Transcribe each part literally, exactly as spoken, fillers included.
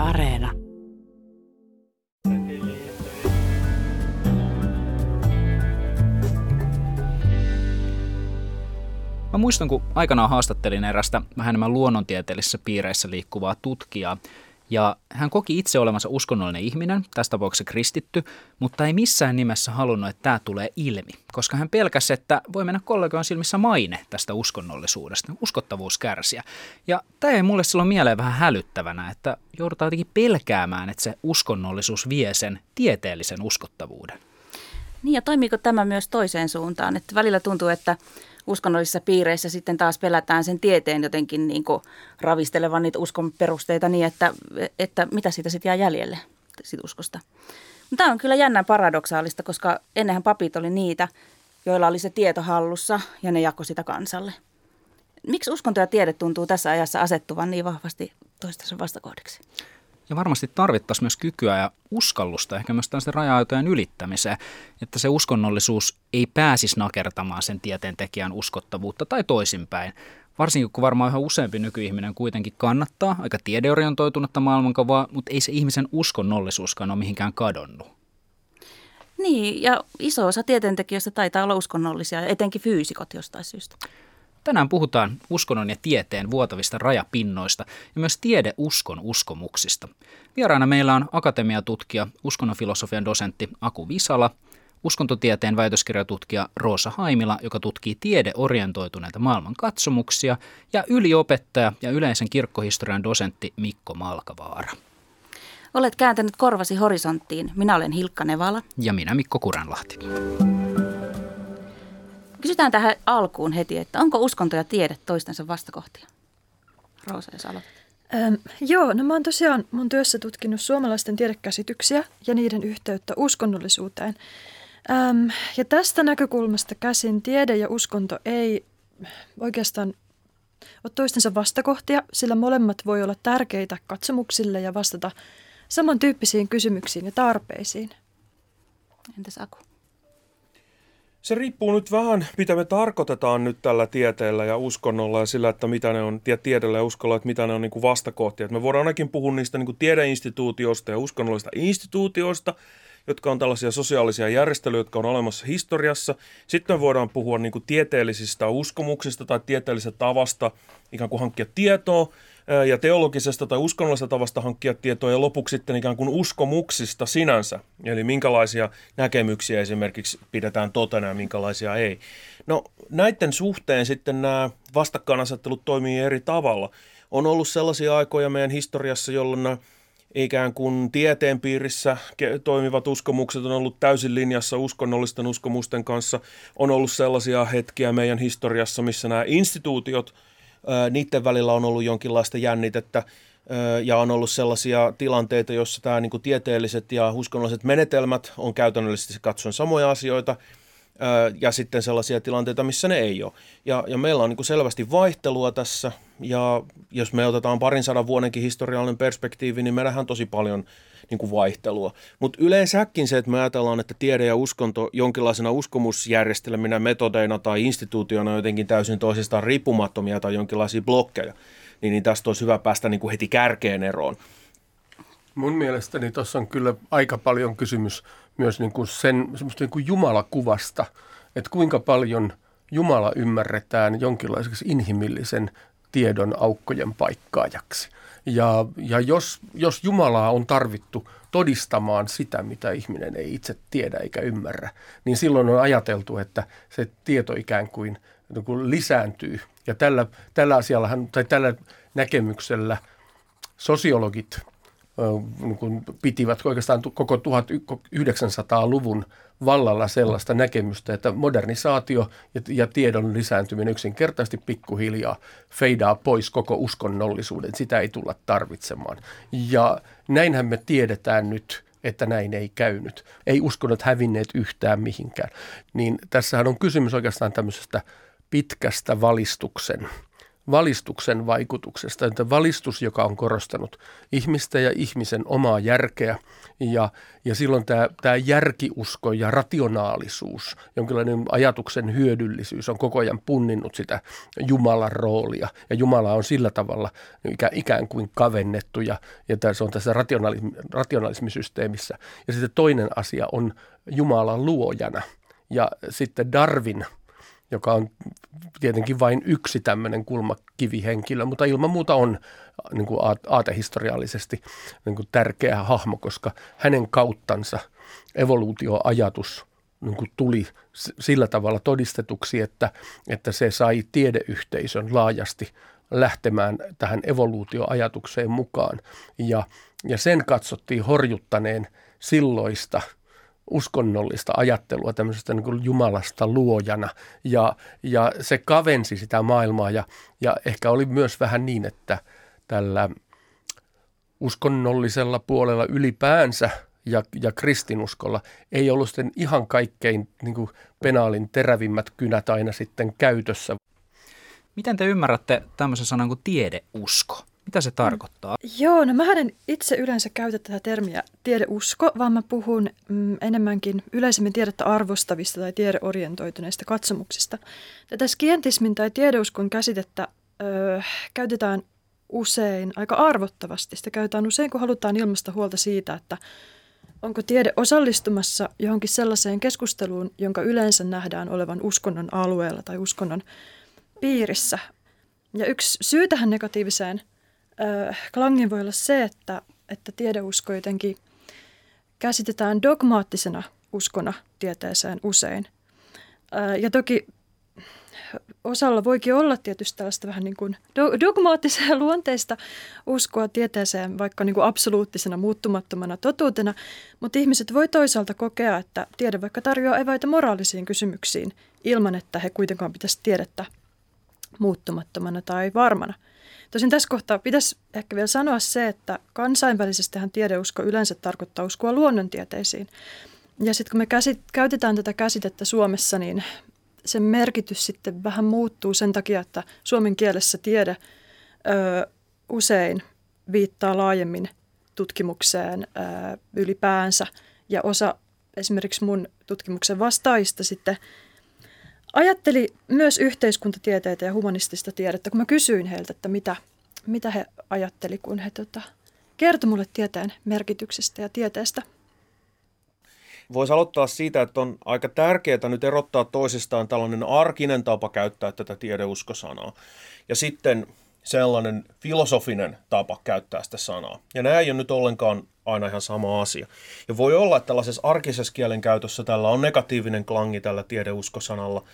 Areena. Mä muistan, kun aikanaan haastattelin erästä vähän enemmän luonnontieteellisissä piireissä liikkuvaa tutkijaa, ja hän koki itse olevansa uskonnollinen ihminen, tässä tapauksessa kristitty, mutta ei missään nimessä halunnut, että tämä tulee ilmi, koska hän pelkäsi, että voi mennä kollegojen silmissä maine tästä uskonnollisuudesta, uskottavuus kärsiä. Ja tämä ei mulle silloin mieleen vähän hälyttävänä, että joudutaan jotenkin pelkäämään, että se uskonnollisuus vie sen tieteellisen uskottavuuden. Niin ja toimiiko tämä myös toiseen suuntaan, että välillä tuntuu, että uskonnollisissa piireissä sitten taas pelätään sen tieteen jotenkin niin kuin ravistelevan niitä uskon perusteita niin, että, että mitä siitä sitten jää jäljelle siitä uskosta. Mutta tämä on kyllä jännä paradoksaalista, koska ennenhän papit oli niitä, joilla oli se tieto hallussa ja ne jakoi sitä kansalle. Miksi uskonto ja tiede tuntuu tässä ajassa asettuvan niin vahvasti toistensa vastakohdiksi? Ja varmasti tarvittaisiin myös kykyä ja uskallusta, ehkä myös tällaisten raja-aitojen ylittämiseen, että se uskonnollisuus ei pääsisi nakertamaan sen tieteentekijän uskottavuutta tai toisinpäin. Varsinkin kun varmaan yhä useampi nykyihminen kuitenkin kannattaa aika tiedeorientoitunutta maailmankuvaa, mutta ei se ihmisen uskonnollisuuskaan ole mihinkään kadonnut. Niin, ja iso osa tieteentekijöistä taitaa olla uskonnollisia, etenkin fyysikot jostain syystä. Tänään puhutaan uskonnon ja tieteen vuotavista rajapinnoista ja myös tiedeuskon uskomuksista. Vieraana meillä on akatemiatutkija, uskonnonfilosofian dosentti Aku Visala, uskontotieteen väitöskirjatutkija Roosa Haimila, joka tutkii tiedeorientoituneita maailmankatsomuksia, ja yliopettaja ja yleisen kirkkohistorian dosentti Mikko Malkavaara. Olet kääntänyt korvasi horisonttiin. Minä olen Hilkka Nevala. Ja minä Mikko Kuranlahti. Kysytään tähän alkuun heti, että onko uskonto ja tiede toistensa vastakohtia? Roosa, jos aloitat. Ähm, joo, no mä oon tosiaan mun työssä tutkinut suomalaisten tiedekäsityksiä ja niiden yhteyttä uskonnollisuuteen. Ähm, ja tästä näkökulmasta käsin tiede ja uskonto ei oikeastaan ole toistensa vastakohtia, sillä molemmat voi olla tärkeitä katsomuksille ja vastata samantyyppisiin kysymyksiin ja tarpeisiin. Entäs Aku? Se riippuu nyt vähän, mitä me tarkoitetaan nyt tällä tieteellä ja uskonnolla ja sillä, että mitä ne on, tiedellä ja uskonnolla, että mitä ne on niin kuin vastakohtia. Että me voidaan ainakin puhua niistä niin kuin tiedeinstituutioista ja uskonnollisista instituutioista, jotka on tällaisia sosiaalisia järjestelyjä, jotka on olemassa historiassa. Sitten me voidaan puhua niin kuin tieteellisistä uskomuksista tai tieteellisestä tavasta ikään kuin hankkia tietoa ja teologisesta tai uskonnollisesta tavasta hankkia tietoa ja lopuksi sitten ikään kuin uskomuksista sinänsä. Eli minkälaisia näkemyksiä esimerkiksi pidetään totena ja minkälaisia ei. No näiden suhteen sitten nämä vastakkainasettelut toimii eri tavalla. On ollut sellaisia aikoja meidän historiassa, jolloin nämä ikään kuin tieteen piirissä toimivat uskomukset on ollut täysin linjassa uskonnollisten uskomusten kanssa. On ollut sellaisia hetkiä meidän historiassa, missä nämä instituutiot, niiden välillä on ollut jonkinlaista jännitettä ja on ollut sellaisia tilanteita, joissa tämä niin kuin tieteelliset ja uskonnolliset menetelmät on käytännöllisesti katsoen samoja asioita ja sitten sellaisia tilanteita, missä ne ei ole. Ja, ja meillä on niin kuin selvästi vaihtelua tässä ja jos me otetaan parin sadan vuodenkin historiallinen perspektiivi, niin me nähdään tosi paljon niin kuin vaihtelua. Mutta yleensäkin se, että me ajatellaan, että tiede ja uskonto jonkinlaisena uskomusjärjestelminä, metodeina tai instituutiona jotenkin täysin toisistaan riippumattomia tai jonkinlaisia blokkeja, niin, niin tästä olisi hyvä päästä niin kuin heti kärkeen eroon. Mun mielestäni tuossa on kyllä aika paljon kysymys myös niin kuin sen semmoista niin kuin jumalakuvasta, että kuinka paljon Jumala ymmärretään jonkinlaiseksi inhimillisen tiedon aukkojen paikkaajaksi. Ja, ja jos, jos Jumalaa on tarvittu todistamaan sitä, mitä ihminen ei itse tiedä eikä ymmärrä, niin silloin on ajateltu, että se tieto ikään kuin, niin kuin lisääntyy. Ja tällä, tällä asiallahan, tai tällä näkemyksellä sosiologit niin kuin pitivät oikeastaan koko tuhatyhdeksänsataaluvun vallalla sellaista näkemystä, että modernisaatio ja, ja tiedon lisääntyminen yksinkertaisesti pikkuhiljaa feidaa pois koko uskonnollisuuden. Sitä ei tulla tarvitsemaan. Ja näinhän me tiedetään nyt, että näin ei käynyt. Ei uskonnot hävinneet yhtään mihinkään. Niin tässähän on kysymys oikeastaan tämmöisestä pitkästä valistuksen valistuksen vaikutuksesta. Että valistus, joka on korostanut ihmistä ja ihmisen omaa järkeä ja, ja silloin tämä, tämä järkiusko ja rationaalisuus, jonkinlainen ajatuksen hyödyllisyys on koko ajan punninnut sitä Jumalan roolia ja Jumala on sillä tavalla ikään kuin kavennettu ja, ja se on tässä rationalismi, rationalismisysteemissä. Ja sitten toinen asia on Jumalan luojana ja sitten Darwin, joka on tietenkin vain yksi tämmöinen kulmakivihenkilö, mutta ilman muuta on niin kuin aatehistoriallisesti niin kuin tärkeä hahmo, koska hänen kauttansa evoluutioajatus niin kuin tuli sillä tavalla todistetuksi, että, että se sai tiedeyhteisön laajasti lähtemään tähän evoluutioajatukseen mukaan. Ja, ja sen katsottiin horjuttaneen silloista uskonnollista ajattelua tämmöisestä niin kuin Jumalasta luojana ja, ja se kavensi sitä maailmaa ja, ja ehkä oli myös vähän niin, että tällä uskonnollisella puolella ylipäänsä ja, ja kristinuskolla ei ollut sitten ihan kaikkein niin kuin penaalin terävimmät kynät aina sitten käytössä. Miten te ymmärrätte tämmöisen sanan kuin tiedeusko? Mitä se tarkoittaa? Joo, no mä en itse yleensä käytä tätä termiä tiedeusko, vaan mä puhun mm, enemmänkin yleisemmin tiedettä arvostavista tai tiedeorientoituneista katsomuksista. Tätä skientismin tai tiedeuskon käsitettä ö, käytetään usein aika arvottavasti. Sitä käytetään usein, kun halutaan ilmaista huolta siitä, että onko tiede osallistumassa johonkin sellaiseen keskusteluun, jonka yleensä nähdään olevan uskonnon alueella tai uskonnon piirissä. Ja yksi syy tähän negatiiviseen äh, klangin voi olla se, että, että tiedeusko jotenkin käsitetään dogmaattisena uskona tieteeseen usein. Äh, ja toki osalla voikin olla tietysti tällaista vähän niin kuin do- dogmaattiseen luonteista uskoa tieteeseen vaikka niin kuin absoluuttisena muuttumattomana totuutena, mutta ihmiset voi toisaalta kokea, että tiede vaikka tarjoaa eväitä moraalisiin kysymyksiin ilman, että he kuitenkaan pitäisi tiedettä muuttumattomana tai varmana. Tosin tässä kohtaa pitäisi ehkä vielä sanoa se, että kansainvälisestihän tiedeusko yleensä tarkoittaa uskoa luonnontieteisiin. Ja sitten kun me käsit- käytetään tätä käsitettä Suomessa, niin sen merkitys sitten vähän muuttuu sen takia, että suomen kielessä tiede ö, usein viittaa laajemmin tutkimukseen ö, ylipäänsä. Ja osa esimerkiksi mun tutkimuksen vastaajista sitten ajatteli myös yhteiskuntatieteitä ja humanistista tiedettä, kun mä kysyin heiltä, että mitä, mitä he ajatteli, kun he tota, kertoi mulle tieteen merkityksestä ja tieteestä. Voisi aloittaa siitä, että on aika tärkeää nyt erottaa toisistaan tällainen arkinen tapa käyttää tätä tiedeuskosanaa ja sitten sellainen filosofinen tapa käyttää sitä sanaa. Ja nämä ei ole nyt ollenkaan aina ihan sama asia. Ja voi olla, että tällaisessa arkisessa kielenkäytössä tällä on negatiivinen klangi tällä tiedeuskosanalla,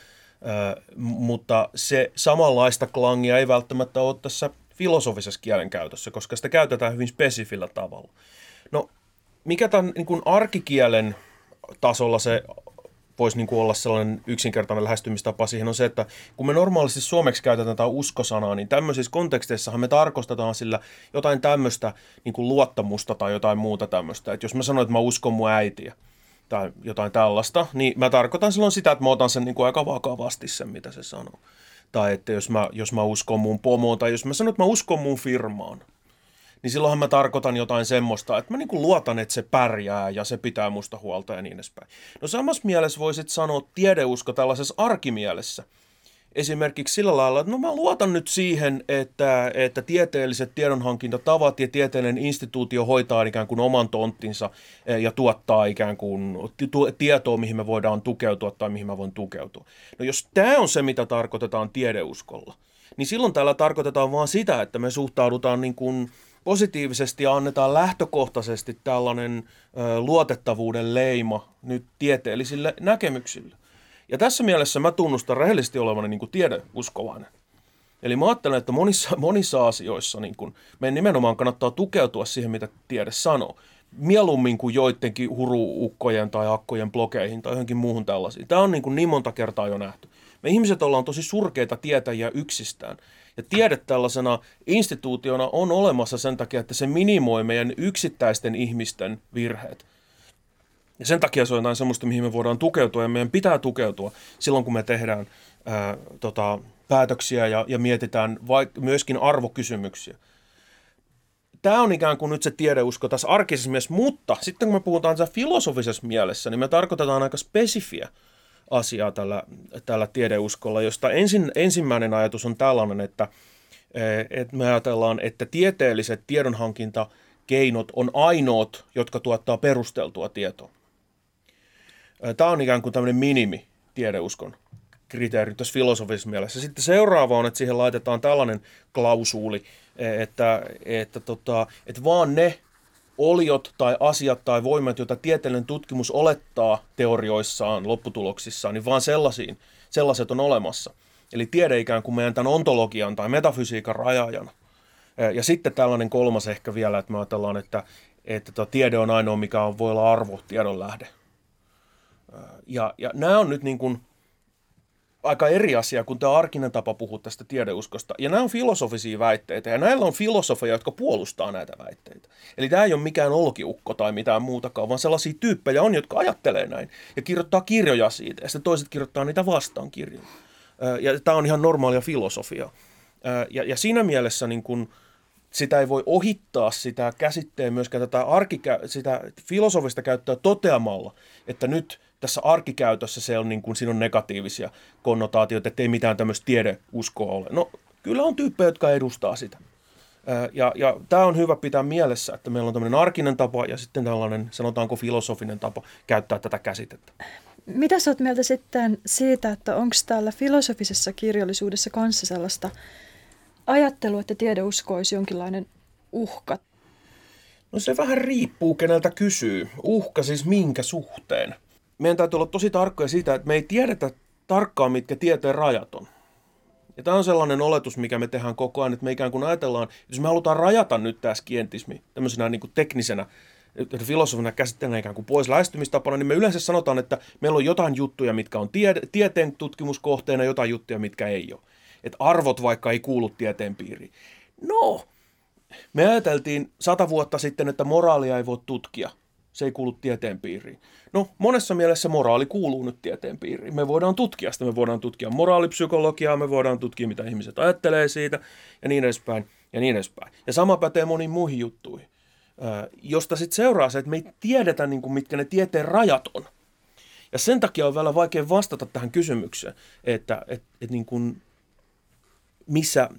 mutta se samanlaista klangia ei välttämättä ole tässä filosofisessa kielenkäytössä, koska sitä käytetään hyvin spesifillä tavalla. No, mikä tämän niin kuin arkikielen tasolla se voisi niin kuin olla sellainen yksinkertainen lähestymistapa siihen on se, että kun me normaalisti suomeksi käytetään tätä uskosanaa, niin tämmöisissä konteksteissahan me tarkoitetaan sillä jotain tämmöistä niin kuin luottamusta tai jotain muuta tämmöistä. Että jos mä sanon, että mä uskon mun äitiä tai jotain tällaista, niin mä tarkoitan silloin sitä, että mä otan sen niin kuin aika vakavasti sen, mitä se sanoo. Tai että jos mä, jos mä uskon mun pomoon tai jos mä sanon, että mä uskon mun firmaan, niin silloinhan mä tarkoitan jotain semmoista, että mä niin kuin luotan, että se pärjää ja se pitää musta huolta ja niin edespäin. No samassa mielessä voisit sanoa tiedeusko tällaisessa arkimielessä. Esimerkiksi sillä lailla, että no mä luotan nyt siihen, että, että tieteelliset tiedonhankintatavat ja tieteellinen instituutio hoitaa ikään kuin oman tonttinsa ja tuottaa ikään kuin tietoa, mihin me voidaan tukeutua tai mihin mä voin tukeutua. No jos tämä on se, mitä tarkoitetaan tiedeuskolla, niin silloin täällä tarkoitetaan vaan sitä, että me suhtaudutaan niin kuin positiivisesti ja annetaan lähtökohtaisesti tällainen ö, luotettavuuden leima nyt tieteellisille näkemyksille. Ja tässä mielessä mä tunnustan rehellisesti olevani niin kuin tiedeuskovainen. Eli mä ajattelen, että monissa, monissa asioissa niin kuin meidän nimenomaan kannattaa tukeutua siihen, mitä tiede sanoo. Mieluummin kuin joidenkin huruukkojen tai akkojen blogeihin tai johonkin muuhun tällaisiin. Tämä on niin, kuin niin monta kertaa jo nähty. Me ihmiset ollaan tosi surkeita tietäjiä yksistään. Ja tiede tällaisena instituutiona on olemassa sen takia, että se minimoi meidän yksittäisten ihmisten virheet. Ja sen takia se on jotain semmoista, mihin me voidaan tukeutua ja meidän pitää tukeutua silloin, kun me tehdään ää, tota, päätöksiä ja, ja mietitään vaik- myöskin arvokysymyksiä. Tämä on ikään kuin nyt se tiedeusko tässä arkisessa mielessä, mutta sitten kun me puhutaan tässä filosofisessa mielessä, niin me tarkoitetaan aika spesifiä asiaa tällä, tällä tiedeuskolla, josta ensin, ensimmäinen ajatus on tällainen, että, että me ajatellaan, että tieteelliset tiedonhankintakeinot on ainoat, jotka tuottaa perusteltua tietoa. Tämä on ikään kuin tämmöinen minimi tiedeuskon kriteeri tässä filosofisessa mielessä. Sitten seuraava on, että siihen laitetaan tällainen klausuuli, että, että, tota, että vaan ne oliot tai asiat tai voimat, joita tieteellinen tutkimus olettaa teorioissaan, lopputuloksissaan, niin vaan sellaisiin, sellaiset on olemassa. Eli tiede ikään kuin meidän tämän ontologian tai metafysiikan rajaajana. Ja sitten tällainen kolmas ehkä vielä, että me ajatellaan, että, että tota, tiede on ainoa, mikä on, voi olla arvo, tiedon lähde. Ja, ja nämä on nyt niin kuin aika eri asia kuin tämä arkinen tapa puhua tästä tiedeuskosta. Ja nämä on filosofisia väitteitä, ja näillä on filosofeja, jotka puolustaa näitä väitteitä. Eli tämä ei ole mikään olkiukko tai mitään muutakaan, vaan sellaisia tyyppejä on, jotka ajattelee näin ja kirjoittaa kirjoja siitä, ja sitten toiset kirjoittaa niitä vastaan kirjoja. Ja tämä on ihan normaalia filosofiaa. Ja, ja siinä mielessä niin kun sitä ei voi ohittaa sitä käsitteen myöskään tätä arkikä- sitä filosofista käyttöä toteamalla, että nyt tässä arkikäytössä se on niin kuin, siinä on negatiivisia konnotaatioita, että ei mitään tämmöistä tiedeuskoa ole. No kyllä on tyyppejä, jotka edustaa sitä. Ja, ja tämä on hyvä pitää mielessä, että meillä on tämmöinen arkinen tapa ja sitten tällainen, sanotaanko filosofinen tapa käyttää tätä käsitettä. Mitä sä oot mieltä sitten siitä, että onko täällä filosofisessa kirjallisuudessa kanssa sellaista ajattelua, että tiedeusko olisi jonkinlainen uhka? No se vähän riippuu, keneltä kysyy. Uhka siis minkä suhteen? Meidän täytyy olla tosi tarkkoja siitä, että me ei tiedetä tarkkaan, mitkä tieteen rajat on. Ja tämä on sellainen oletus, mikä me tehdään koko ajan, että me ikään kuin ajatellaan, jos me halutaan rajata nyt tämä skientismi tämmöisenä niin kuin teknisenä, filosofina käsitteenä ikään kuin pois lähestymistapana, niin me yleensä sanotaan, että meillä on jotain juttuja, mitkä on tie- tieteen tutkimuskohteena, jotain juttuja, mitkä ei ole. Että arvot vaikka ei kuulu tieteen piiriin. No, me ajateltiin sata vuotta sitten, että moraalia ei voi tutkia. Se ei kuulu tieteen piiriin. No, monessa mielessä moraali kuuluu nyt tieteen piiriin. Me voidaan tutkia sitä. Me voidaan tutkia moraalipsykologiaa, me voidaan tutkia, mitä ihmiset ajattelee siitä, ja niin edespäin, ja niin edespäin. Ja sama pätee moniin muihin juttuihin, josta sitten seuraa se, että me ei tiedetä, niin kuin, mitkä ne tieteen rajat on. Ja sen takia on vielä vaikea vastata tähän kysymykseen, että et, et niin kuin, missä...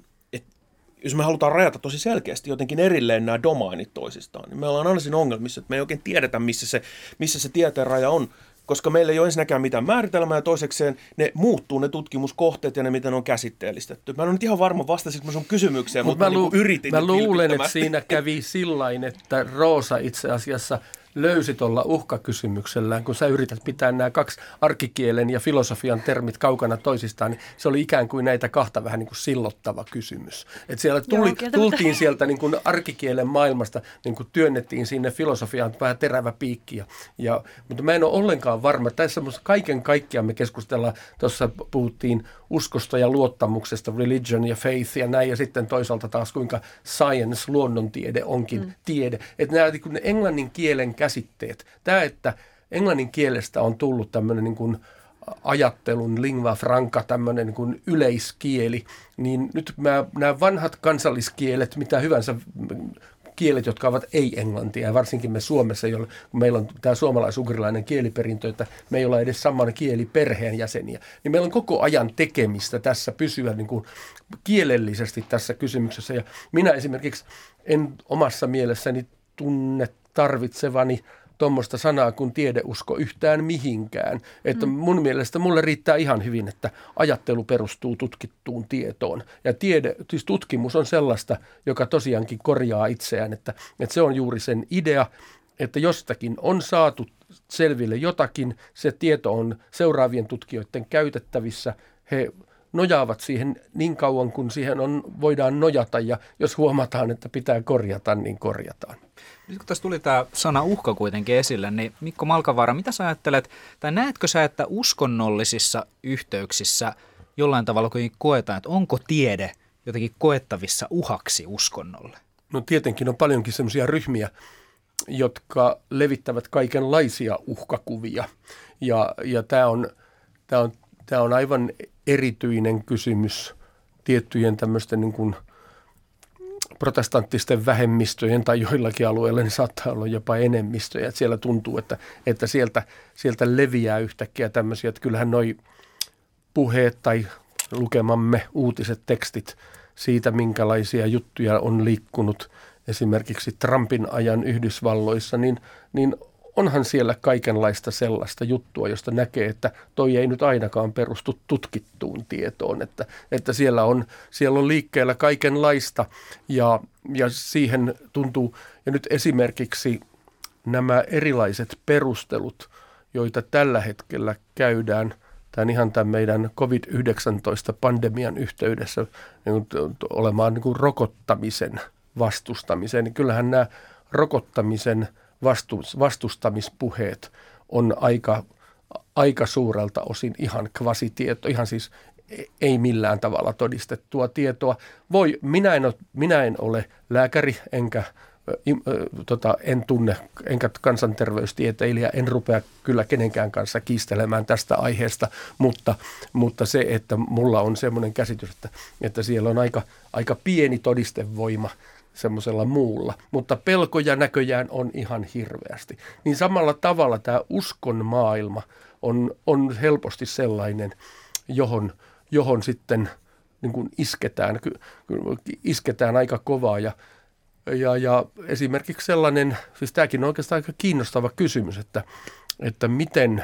Jos me halutaan rajata tosi selkeästi jotenkin erilleen nämä domainit toisistaan, niin me ollaan aina siinä ongelmissa, että me ei oikein tiedetä, missä se, missä se tieteen raja on, koska meillä ei ole ensinnäkään mitään määritelmää ja toisekseen ne muuttuu ne tutkimuskohteet ja ne, miten ne on käsitteellistetty. Mä en ole nyt ihan varma vastasinko sun kysymykseen, Mut mutta mä, lu- niin yritin. Mä luulen, että siinä kävi sillain, että Roosa itse asiassa löysi tuolla uhkakysymyksellään, kun sä yrität pitää nämä kaksi arkikielen ja filosofian termit kaukana toisistaan, niin se oli ikään kuin näitä kahta vähän niin kuin sillottava kysymys. Että siellä tuli, Joo, tultiin sieltä niin kuin arkikielen maailmasta, niin kuin työnnettiin sinne filosofiaan vähän terävä piikki. Ja, ja, mutta mä en ole ollenkaan varma. Tässä kaiken kaikkiaan me keskustellaan, tuossa puhuttiin uskosta ja luottamuksesta, religion ja faith ja näin, ja sitten toisaalta taas kuinka science, luonnontiede onkin mm. tiede. Että nämä niin kuin englannin kielen käsitteet. Tämä, että englannin kielestä on tullut tämmöinen niin kuin ajattelun lingua franca, tämmöinen niin kuin yleiskieli, niin nyt mä, nämä vanhat kansalliskielet, mitä hyvänsä kielet, jotka ovat ei-englantia, ja varsinkin me Suomessa, kun meillä on tämä suomalais-ugrilainen kieliperintö, että me ei olla edes saman kieliperheen jäseniä, niin meillä on koko ajan tekemistä tässä pysyä niin kuin kielellisesti tässä kysymyksessä. Ja minä esimerkiksi en omassa mielessäni tunne tarvitsevani tuommoista sanaa kuin tiedeusko yhtään mihinkään. Että mm. mun mielestä mulle riittää ihan hyvin, että ajattelu perustuu tutkittuun tietoon. Ja tiede, siis tutkimus on sellaista, joka tosiaankin korjaa itseään, että, että se on juuri sen idea, että jostakin on saatu selville jotakin, se tieto on seuraavien tutkijoiden käytettävissä, he nojaavat siihen niin kauan, kun siihen on, voidaan nojata, ja jos huomataan, että pitää korjata, niin korjataan. Nyt kun tässä tuli tämä sana uhka kuitenkin esille, niin Mikko Malkavaara, mitä sä ajattelet, tai näetkö sä, että uskonnollisissa yhteyksissä jollain tavalla kuitenkin koetaan, että onko tiede jotenkin koettavissa uhaksi uskonnolle? No tietenkin on paljonkin sellaisia ryhmiä, jotka levittävät kaikenlaisia uhkakuvia, ja, ja tämä on, tämä on, tämä on aivan erityinen kysymys tiettyjen tämmöisten niin kuin protestanttisten vähemmistöjen tai joillakin alueilla niin saattaa olla jopa enemmistöjä. Että siellä tuntuu, että, että sieltä, sieltä leviää yhtäkkiä tämmöisiä, että kyllähän noi puheet tai lukemamme uutiset, tekstit siitä, minkälaisia juttuja on liikkunut esimerkiksi Trumpin ajan Yhdysvalloissa, niin, niin onhan siellä kaikenlaista sellaista juttua, josta näkee, että toi ei nyt ainakaan perustu tutkittuun tietoon, että, että siellä, on, siellä on liikkeellä kaikenlaista ja, ja siihen tuntuu, ja nyt esimerkiksi nämä erilaiset perustelut, joita tällä hetkellä käydään tämän ihan tämän meidän covid yhdeksäntoista-pandemian yhteydessä niin olemaan niin kuin rokottamisen vastustamiseen, niin kyllähän nämä rokottamisen vastustamispuheet on aika, aika suurelta osin ihan kvasitieto, ihan siis ei millään tavalla todistettua tietoa. Voi, minä en ole, minä en ole lääkäri, enkä tota, en tunne, enkä kansanterveystieteilijä, en rupea kyllä kenenkään kanssa kiistelemään tästä aiheesta, mutta, mutta se, että mulla on semmoinen käsitys, että, että siellä on aika, aika pieni todistevoima semmoisella muulla, mutta pelkoja näköjään on ihan hirveästi. Niin samalla tavalla tämä uskon maailma on, on helposti sellainen, johon, johon sitten niin kuin isketään, isketään aika kovaa ja, ja, ja esimerkiksi sellainen, siis tämäkin on oikeastaan aika kiinnostava kysymys, että, että miten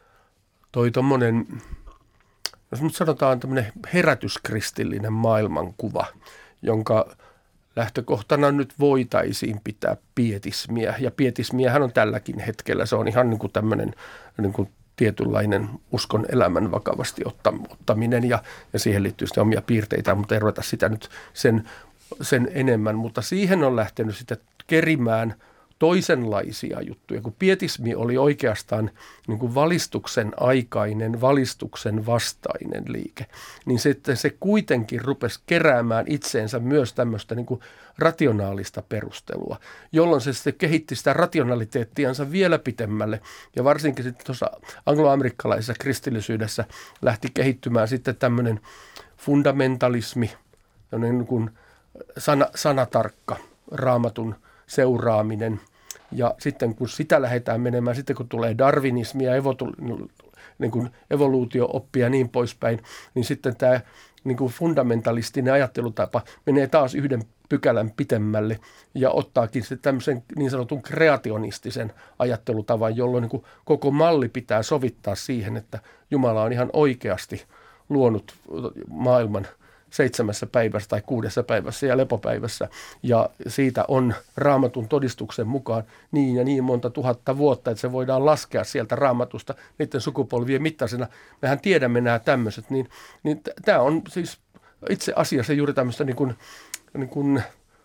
toi tommonen, jos nyt sanotaan tämmöinen herätyskristillinen maailmankuva, jonka lähtökohtana nyt voitaisiin pitää pietismiä, ja pietismiähän on tälläkin hetkellä, se on ihan niin kuin tämmöinen niin kuin tietynlainen uskon elämän vakavasti ottaminen, ja, ja siihen liittyy sitten omia piirteitä, mutta ei ruveta sitä nyt sen, sen enemmän, mutta siihen on lähtenyt sitten kerimään toisenlaisia juttuja, kun pietismi oli oikeastaan niin kuin valistuksen aikainen, valistuksen vastainen liike, niin sitten se kuitenkin rupesi keräämään itseensä myös tämmöistä niin kuin rationaalista perustelua, jolloin se sitten kehitti sitä rationaliteettiansa vielä pitemmälle, ja varsinkin sitten tuossa angloamerikkalaisessa kristillisyydessä lähti kehittymään sitten tämmöinen fundamentalismi, niin kuin sana, sanatarkka raamatun seuraaminen, ja sitten kun sitä lähdetään menemään, sitten kun tulee darwinismi ja evotu- niin kuin evoluutio-oppia ja niin poispäin, niin sitten tämä niin kuin fundamentalistinen ajattelutapa menee taas yhden pykälän pitemmälle ja ottaakin sitten tämmöisen niin sanotun kreationistisen ajattelutavan, jolloin niin kuin koko malli pitää sovittaa siihen, että Jumala on ihan oikeasti luonut maailman seitsemässä päivässä tai kuudessa päivässä ja lepopäivässä. Ja siitä on Raamatun todistuksen mukaan niin ja niin monta tuhatta vuotta, että se voidaan laskea sieltä Raamatusta niiden sukupolvien mittaisena. Mehän tiedämme nämä tämmöiset. Niin, niin tämä on siis itse asiassa juuri tämmöistä niin kuin, niin kuin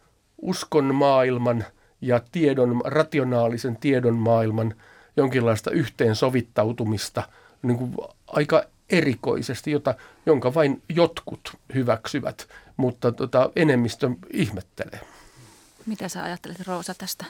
uskon maailman ja tiedon, rationaalisen tiedon maailman jonkinlaista yhteensovittautumista niin kuin aika erikoisesti, jota, jonka vain jotkut hyväksyvät, mutta tota, enemmistö ihmettelee. Mitä sä ajattelet, Roosa, tästä?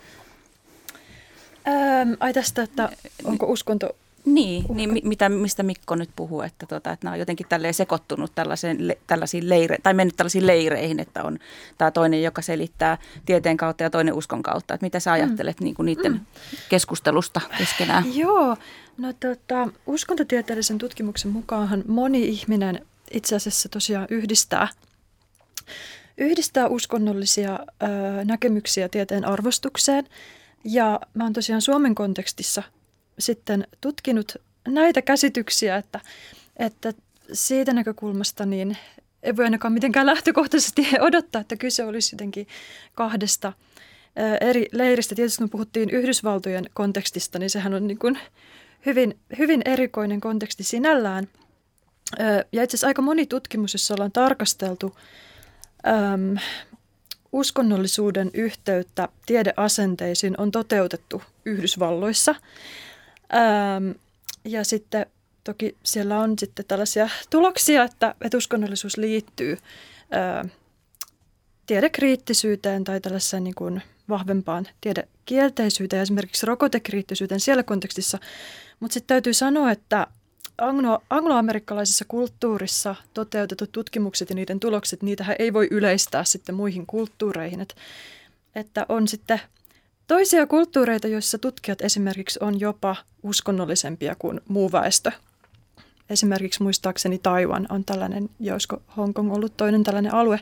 Ähm, ai tästä, että onko uskonto Niin, niin mitä, mistä Mikko nyt puhuu, että, tota, että nämä on jotenkin tälleen sekoittunut tällaisiin, le, tällaisiin leire, tai mennyt tällaisiin leireihin, että on tämä toinen, joka selittää tieteen kautta ja toinen uskon kautta. Että mitä sä ajattelet mm. niin kuin niiden mm. keskustelusta keskenään? Joo, no tota, uskontotieteellisen tutkimuksen mukaanhan moni ihminen itse asiassa tosiaan yhdistää, yhdistää uskonnollisia ö, näkemyksiä tieteen arvostukseen. Ja mä oon tosiaan Suomen kontekstissa sitten tutkinut näitä käsityksiä, että, että siitä näkökulmasta niin ei voi ainakaan mitenkään lähtökohtaisesti odottaa, että kyse olisi jotenkin kahdesta eri leiristä. Tietysti kun puhuttiin Yhdysvaltojen kontekstista, niin sehän on niin kuin hyvin, hyvin erikoinen konteksti sinällään. Ja itse asiassa aika moni tutkimus, jossa ollaan tarkasteltu äm, uskonnollisuuden yhteyttä tiedeasenteisiin, on toteutettu Yhdysvalloissa. Ähm, ja sitten toki siellä on sitten tällaisia tuloksia, että, että uskonnollisuus liittyy ää, tiedekriittisyyteen tai tällaiseen niin kuin vahvempaan tiedekielteisyyteen ja esimerkiksi rokotekriittisyyteen siellä kontekstissa. Mutta sitten täytyy sanoa, että anglo- angloamerikkalaisessa kulttuurissa toteutetut tutkimukset ja niiden tulokset, niitähän ei voi yleistää sitten muihin kulttuureihin. Et, että on sitten toisia kulttuureita, joissa tutkijat esimerkiksi on jopa uskonnollisempia kuin muu väestö. Esimerkiksi muistaakseni Taiwan on tällainen, ja olisiko Hongkong ollut toinen tällainen alue.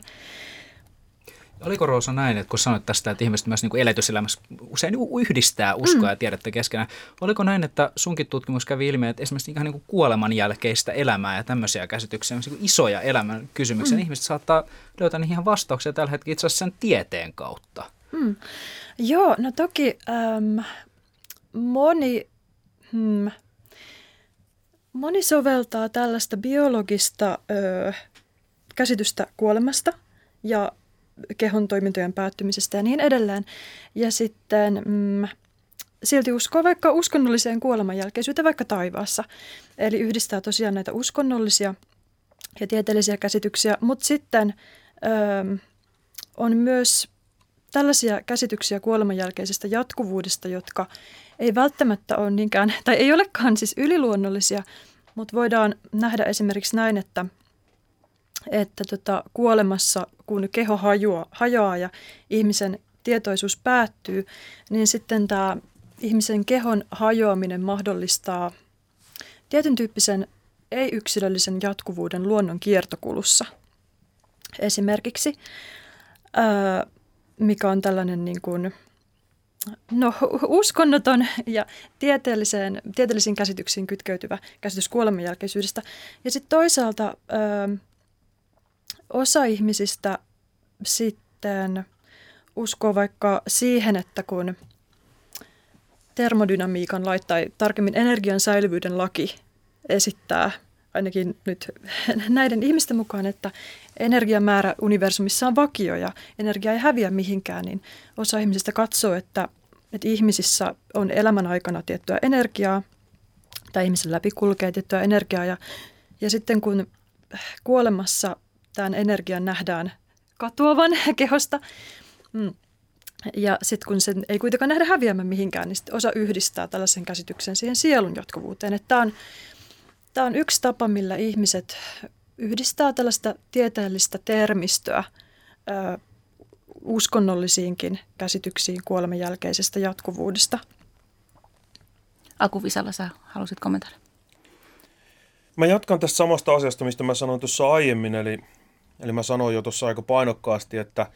Oliko Roosa näin, että kun sanoit tästä, että ihmiset myös niin kuin elätyselämässä usein yhdistää uskoa mm. ja tiedettä keskenään, oliko näin, että sunkin tutkimus kävi ilmi, että esimerkiksi ihan niin kuin kuoleman jälkeistä elämää ja tämmöisiä käsityksiä, niin isoja elämän kysymyksiä, mm. ihmiset saattaa löytää niihin ihan vastauksia tällä hetkellä itse asiassa sen tieteen kautta. Mm. Joo, no toki ähm, moni, hmm, moni soveltaa tällaista biologista ö, käsitystä kuolemasta ja kehon toimintojen päättymisestä ja niin edelleen. Ja sitten mm, silti uskoo vaikka uskonnolliseen kuolemanjälkeisyyteen vaikka taivaassa. Eli yhdistää tosiaan näitä uskonnollisia ja tieteellisiä käsityksiä, mutta sitten ö, on myös tällaisia käsityksiä kuolemanjälkeisestä jatkuvuudesta, jotka ei välttämättä ole niinkään, tai ei olekaan siis yliluonnollisia, mutta voidaan nähdä esimerkiksi näin, että että tota, kuolemassa, kun keho hajoaa, hajoaa ja ihmisen tietoisuus päättyy, niin sitten tämä ihmisen kehon hajoaminen mahdollistaa tietyn tyyppisen ei-yksilöllisen jatkuvuuden luonnon kiertokulussa. Esimerkiksi, ää, mikä on tällainen niin kuin, no, uskonnoton ja tieteelliseen, tieteellisiin käsityksiin kytkeytyvä käsitys kuolemanjälkeisyydestä. Ja sitten toisaalta ää, osa ihmisistä sitten uskoo vaikka siihen, että kun termodynamiikan lait tai tarkemmin energian säilyvyyden laki esittää ainakin nyt näiden ihmisten mukaan, että energiamäärä universumissa on vakio ja energia ei häviä mihinkään, niin osa ihmisistä katsoo, että, että ihmisissä on elämän aikana tiettyä energiaa tai ihmisen läpi kulkee tiettyä energiaa ja, ja sitten kun kuolemassa tämän energian nähdään katoavan kehosta. Ja sitten kun sen ei kuitenkaan nähdä häviämään mihinkään, niin osa yhdistää tällaisen käsityksen siihen sielun jatkuvuuteen. Tämä on, tämä on yksi tapa, millä ihmiset yhdistää tällaista tieteellistä termistöä ö, uskonnollisiinkin käsityksiin kuoleman jälkeisestä jatkuvuudesta. Aku Visala, sä halusit kommentoida? Mä jatkan tästä samasta asiasta, mistä mä sanoin tuossa aiemmin, eli, eli mä sanoin jo tuossa aika painokkaasti, että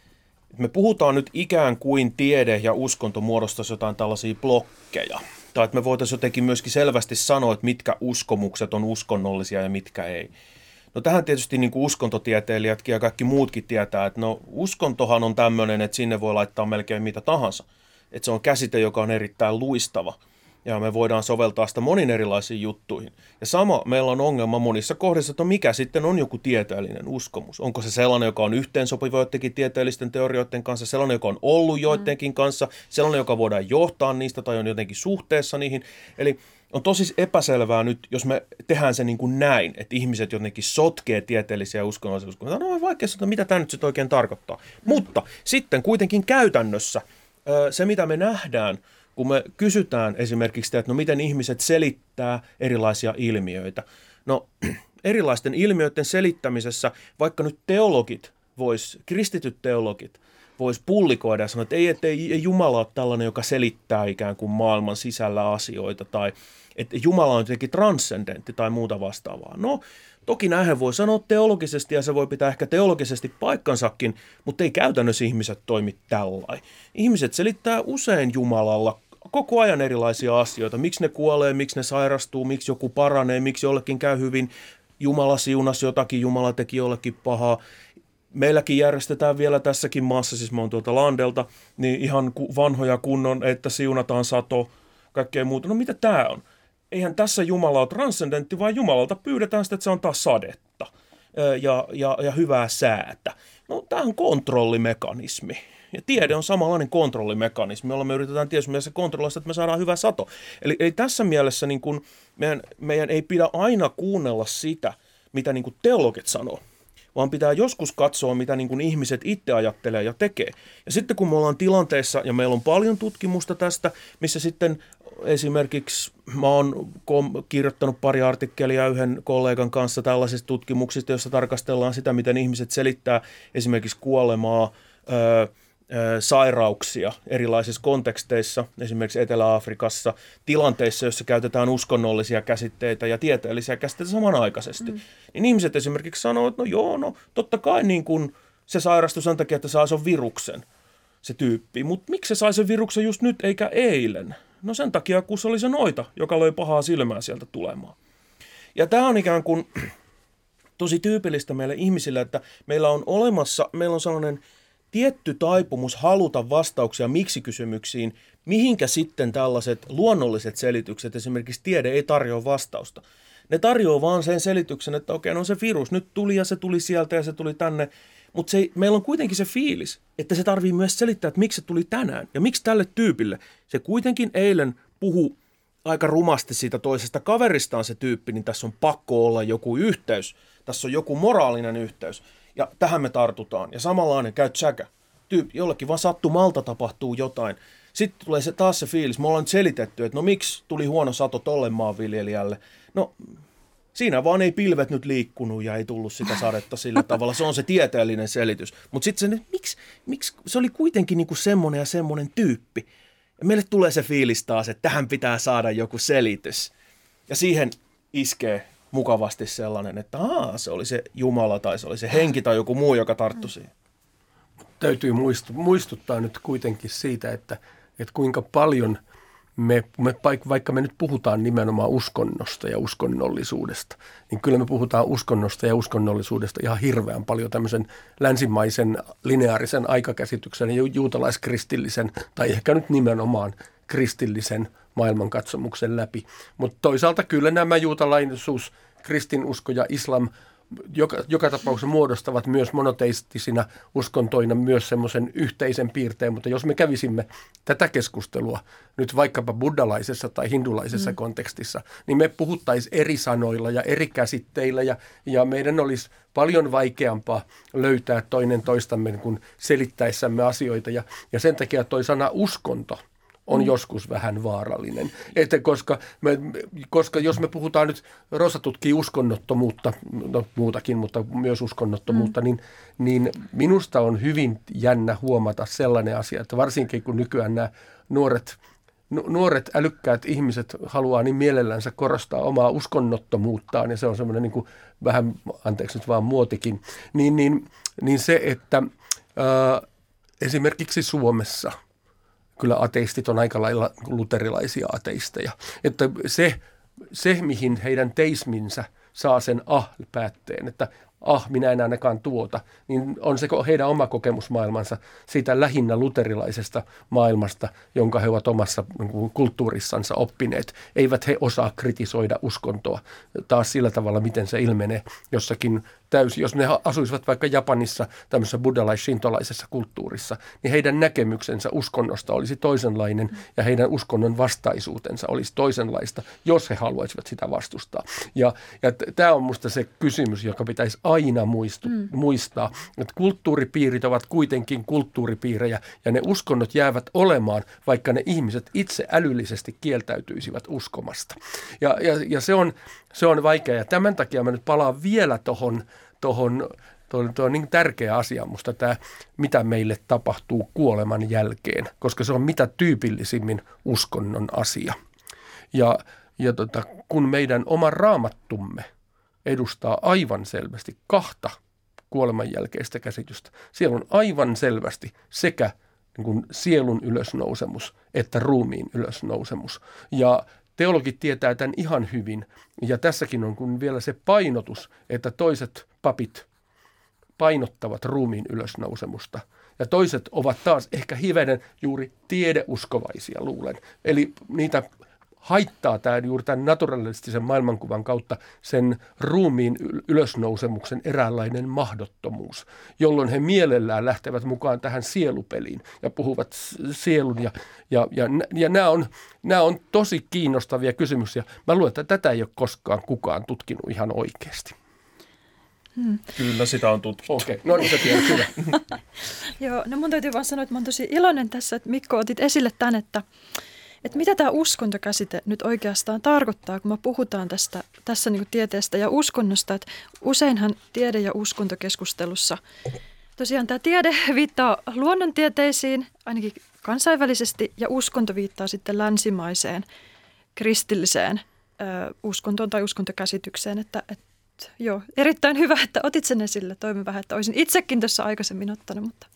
me puhutaan nyt ikään kuin tiede ja uskonto muodostaisi jotain tällaisia blokkeja. Tai että me voitaisiin jotenkin myöskin selvästi sanoa, että mitkä uskomukset on uskonnollisia ja mitkä ei. No tähän tietysti niin kuin uskontotieteilijätkin ja kaikki muutkin tietää, että no uskontohan on tämmöinen, että sinne voi laittaa melkein mitä tahansa. Että se on käsite, joka on erittäin luistava. Ja me voidaan soveltaa sitä monin erilaisiin juttuihin. Ja sama meillä on ongelma monissa kohdissa, että mikä sitten on joku tieteellinen uskomus. Onko se sellainen, joka on yhteensopiva joidenkin tieteellisten teorioiden kanssa, sellainen, joka on ollut joidenkin kanssa, sellainen, joka voidaan johtaa niistä tai on jotenkin suhteessa niihin. Eli on tosi epäselvää nyt, jos me tehdään se niin kuin näin, että ihmiset jotenkin sotkee tieteellisiä ja uskonnollisia uskomuksia. No on vaikea sanoa, mitä tämä nyt sitten oikein tarkoittaa. Mutta sitten kuitenkin käytännössä se, mitä me nähdään, kun me kysytään esimerkiksi, että no miten ihmiset selittää erilaisia ilmiöitä. No erilaisten ilmiöiden selittämisessä, vaikka nyt teologit vois, kristityt teologit vois pullikoida ja sanoa, että ei, että ei, ei Jumala ole tällainen, joka selittää ikään kuin maailman sisällä asioita tai että Jumala on jotenkin transcendentti tai muuta vastaavaa. No toki näinhän voi sanoa teologisesti ja se voi pitää ehkä teologisesti paikkansakin, mutta ei käytännössä ihmiset toimi tällainen. Ihmiset selittää usein Jumalalla koko ajan erilaisia asioita. Miksi ne kuolee, miksi ne sairastuu, miksi joku paranee, miksi jollekin käy hyvin. Jumala siunasi jotakin, Jumala teki jollekin pahaa. Meilläkin järjestetään vielä tässäkin maassa, siis mä oon tuolta Landelta, niin ihan vanhoja kunnon, että siunataan sato, kaikkea muuta. No mitä tää on? Eihän tässä Jumala ole transcendentti, vaan Jumalalta pyydetään sitä, että se antaa sadetta ja, ja, ja hyvää säätä. No tämä on kontrollimekanismi. Ja tiede on samanlainen kontrollimekanismi, jolla me yritetään tietysti mielessä kontrolloida, että me saadaan hyvä sato. Eli, eli tässä mielessä niin kun meidän, meidän ei pidä aina kuunnella sitä, mitä niin kun teologit sanoo, vaan pitää joskus katsoa, mitä niin kuin ihmiset itse ajattelee ja tekee. Ja sitten kun me ollaan tilanteessa, ja meillä on paljon tutkimusta tästä, missä sitten esimerkiksi mä oon kirjoittanut pari artikkelia yhden kollegan kanssa tällaisista tutkimuksista, joissa tarkastellaan sitä, miten ihmiset selittää esimerkiksi kuolemaa, öö, sairauksia erilaisissa konteksteissa, esimerkiksi Etelä-Afrikassa, tilanteissa, joissa käytetään uskonnollisia käsitteitä ja tieteellisiä käsitteitä samanaikaisesti. Mm. Niin ihmiset esimerkiksi sanoo, että no joo, no totta kai niin kun se sairastui sen takia, että saa sen viruksen, se tyyppi. Mutta miksi se sai sen viruksen just nyt eikä eilen? No sen takia, kun se oli se noita, joka löi pahaa silmää sieltä tulemaan. Ja tämä on ikään kuin tosi tyypillistä meille ihmisille, että meillä on olemassa, meillä on sellainen tietty taipumus haluta vastauksia miksi-kysymyksiin, mihinkä sitten tällaiset luonnolliset selitykset, esimerkiksi tiede, ei tarjoa vastausta. Ne tarjoaa vaan sen selityksen, että okei, no se virus nyt tuli ja se tuli sieltä ja se tuli tänne, mutta se, meillä on kuitenkin se fiilis, että se tarvii myös selittää, että miksi se tuli tänään ja miksi tälle tyypille. Se kuitenkin eilen puhui aika rumasti siitä toisesta kaveristaan se tyyppi, niin tässä on pakko olla joku yhteys, tässä on joku moraalinen yhteys. Ja tähän me tartutaan. Ja samanlainen käy tsäkä. Tyyppi, jollekin vaan sattumalta tapahtuu jotain. Sitten tulee se, taas se fiilis. Me ollaan nyt selitetty, että no miksi tuli huono sato tolle maanviljelijälle. No siinä vaan ei pilvet nyt liikkunut ja ei tullut sitä sadetta sillä tavalla. Se on se tieteellinen selitys. Mutta sitten se, miksi, miksi se oli kuitenkin niinku semmoinen ja semmoinen tyyppi. Ja meille tulee se fiilis taas, että tähän pitää saada joku selitys. Ja siihen iskee mukavasti sellainen, että aa, se oli se Jumala tai se oli se henki tai joku muu, joka tarttui siihen. Täytyy muistuttaa nyt kuitenkin siitä, että, että kuinka paljon me, me, vaikka me nyt puhutaan nimenomaan uskonnosta ja uskonnollisuudesta, niin kyllä me puhutaan uskonnosta ja uskonnollisuudesta ihan hirveän paljon tämmöisen länsimaisen lineaarisen aikakäsityksen ja juutalaiskristillisen tai ehkä nyt nimenomaan kristillisen maailmankatsomuksen läpi. Mutta toisaalta kyllä nämä juutalaisuus, kristinusko ja islam joka, joka tapauksessa muodostavat myös monoteistisina uskontoina myös semmoisen yhteisen piirteen, mutta jos me kävisimme tätä keskustelua nyt vaikkapa buddhalaisessa tai hindulaisessa mm. kontekstissa, niin me puhuttaisiin eri sanoilla ja eri käsitteillä ja, ja meidän olisi paljon vaikeampaa löytää toinen toistamme kun selittäessämme asioita ja, ja sen takia toi sana uskonto on mm. joskus vähän vaarallinen. Että koska, me, koska jos me puhutaan nyt, Rosa tutkii uskonnottomuutta, no muutakin, mutta myös uskonnottomuutta, mm. niin, niin minusta on hyvin jännä huomata sellainen asia, että varsinkin kun nykyään nämä nuoret, nuoret älykkäät ihmiset haluaa niin mielellänsä korostaa omaa uskonnottomuuttaan, ja se on semmoinen niin kuin vähän, anteeksi nyt vaan muotikin, niin, niin, niin se, että ää, esimerkiksi Suomessa kyllä ateistit on aika lailla luterilaisia ateisteja. Että se, se, mihin heidän teisminsä saa sen ah-päätteen, että ah, minä en ainakaan tuota, niin on se heidän oma kokemusmaailmansa siitä lähinnä luterilaisesta maailmasta, jonka he ovat omassa niin kulttuurissansa oppineet. Eivät he osaa kritisoida uskontoa taas sillä tavalla, miten se ilmenee jossakin täysin. Jos ne asuisivat vaikka Japanissa tämmöisessä buddhalais-shintolaisessa kulttuurissa, niin heidän näkemyksensä uskonnosta olisi toisenlainen ja heidän uskonnon vastaisuutensa olisi toisenlaista, jos he haluaisivat sitä vastustaa. Ja, ja tämä on musta se kysymys, joka pitäisi aina muistu, mm. muistaa, että kulttuuripiirit ovat kuitenkin kulttuuripiirejä ja ne uskonnot jäävät olemaan, vaikka ne ihmiset itse älyllisesti kieltäytyisivät uskomasta. Ja, ja, ja se on, se on vaikea ja tämän takia mä nyt palaan vielä tuohon Tuohon, tuo, tuo on niin tärkeä asia musta tämä, mitä meille tapahtuu kuoleman jälkeen, koska se on mitä tyypillisimmin uskonnon asia. Ja, ja tota, kun meidän oma raamattumme edustaa aivan selvästi kahta kuoleman jälkeistä käsitystä, siellä on aivan selvästi sekä niin kuin sielun ylösnousemus että ruumiin ylösnousemus. Ja teologit tietää tämän ihan hyvin, ja tässäkin on kun vielä se painotus, että toiset papit painottavat ruumiin ylösnousemusta, ja toiset ovat taas ehkä hivenen juuri tiedeuskovaisia, luulen. Eli niitä haittaa tämä juuri tämän naturalistisen maailmankuvan kautta sen ruumiin ylösnousemuksen eräänlainen mahdottomuus, jolloin he mielellään lähtevät mukaan tähän sielupeliin ja puhuvat sielun. Ja, ja, ja, ja nämä, on, nämä on tosi kiinnostavia kysymyksiä. Mä luulen, että tätä ei ole koskaan kukaan tutkinut ihan oikeasti. Hmm. Kyllä sitä on tutkittu. Okei, okay. No niin se tiedät, hyvä. Joo, no mun täytyy vaan sanoa, että mä oon tosi iloinen tässä, että Mikko otit esille tämän, että, että mitä tämä uskontokäsite nyt oikeastaan tarkoittaa, kun me puhutaan tästä, tässä niin kuin tieteestä ja uskonnosta. Että useinhan tiede- ja uskontokeskustelussa tosiaan tämä tiede viittaa luonnontieteisiin, ainakin kansainvälisesti, ja uskonto viittaa sitten länsimaiseen kristilliseen ö, uskontoon tai uskontokäsitykseen. Että, että joo, erittäin hyvä, että otit sen esille. Toivon vähän, että olisin itsekin tuossa aikaisemmin ottanut, mutta